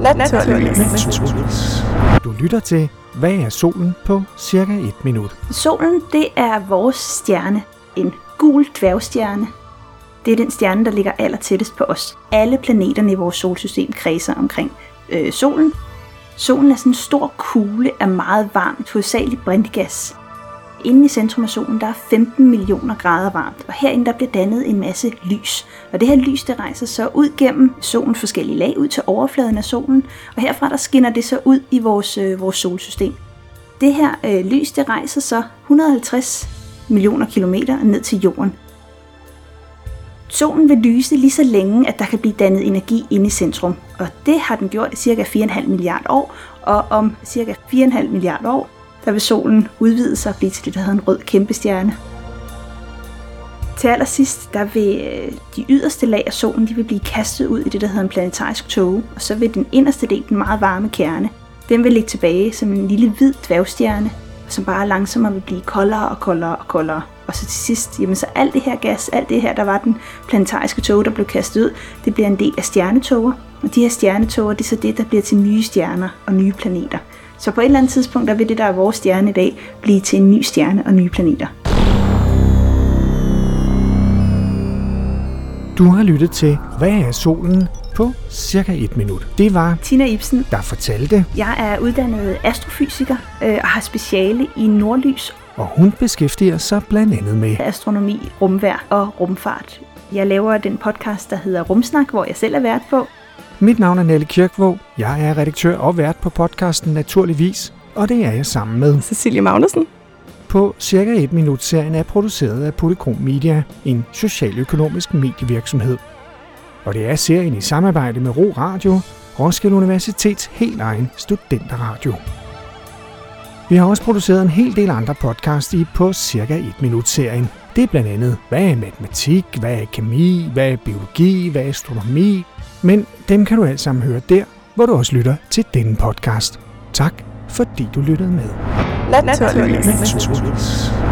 Naturligvis. Du lytter til, hvad er solen på cirka 1 minut. Solen, det er vores stjerne. En gul dværgstjerne. Det er den stjerne, der ligger allertættest på os. Alle planeterne i vores solsystem kredser omkring solen. Solen er sådan en stor kugle af meget varmt, hovedsageligt brintgas. Inde i centrum af solen, der er 15 millioner grader varmt, og herinde der bliver dannet en masse lys. Og det her lys, det rejser så ud gennem solens forskellige lag, ud til overfladen af solen, og herfra der skinner det så ud i vores solsystem. Det her lys, det rejser så 150 millioner kilometer ned til jorden. Solen vil lyse lige så længe, at der kan blive dannet energi inde i centrum, og det har den gjort i ca. 4,5 milliarder år, og om ca. 4,5 milliarder år, der vil solen udvide sig og blive til det, der hedder en rød kæmpestjerne. Til allersidst, der vil de yderste lag af solen, de vil blive kastet ud i det, der hedder en planetarisk tåge, og så vil den inderste del, den meget varme kerne, den vil ligge tilbage som en lille hvid dværgstjerne, som bare langsommere vil blive koldere og koldere og koldere. Og så til sidst, jamen så alt det her gas, alt det her, der var den planetariske tåge, der blev kastet ud, det bliver en del af stjernetåger. Og de her stjernetåger, det er så det, der bliver til nye stjerner og nye planeter. Så på et eller andet tidspunkt, der vil det, der er vores stjerne i dag, blive til en ny stjerne og nye planeter. Du har lyttet til, hvad er solen på cirka 1 minut. Det var Tina Ibsen, der fortalte. Jeg er uddannet astrofysiker og har speciale i nordlys. Og hun beskæftiger sig blandt andet med astronomi, rumvejr og rumfart. Jeg laver den podcast, der hedder Rumsnak, hvor jeg selv er vært på. Mit navn er Nelle Kirkvåg. Jeg er redaktør og vært på podcasten Naturligvis, og det er jeg sammen med Cecilie Magnussen. På cirka 1 minut-serien er produceret af Polychrom Media, en socialøkonomisk medievirksomhed. Og det er serien i samarbejde med Ro Radio, Roskilde Universitets helt egen studenterradio. Vi har også produceret en hel del andre podcasts i på cirka 1 minut-serien. Det er blandt andet, hvad er matematik, hvad er kemi, hvad er biologi, hvad er astronomi. Men dem kan du alt sammen høre der, hvor du også lytter til denne podcast. Tak, fordi du lyttede med. Naturligvis.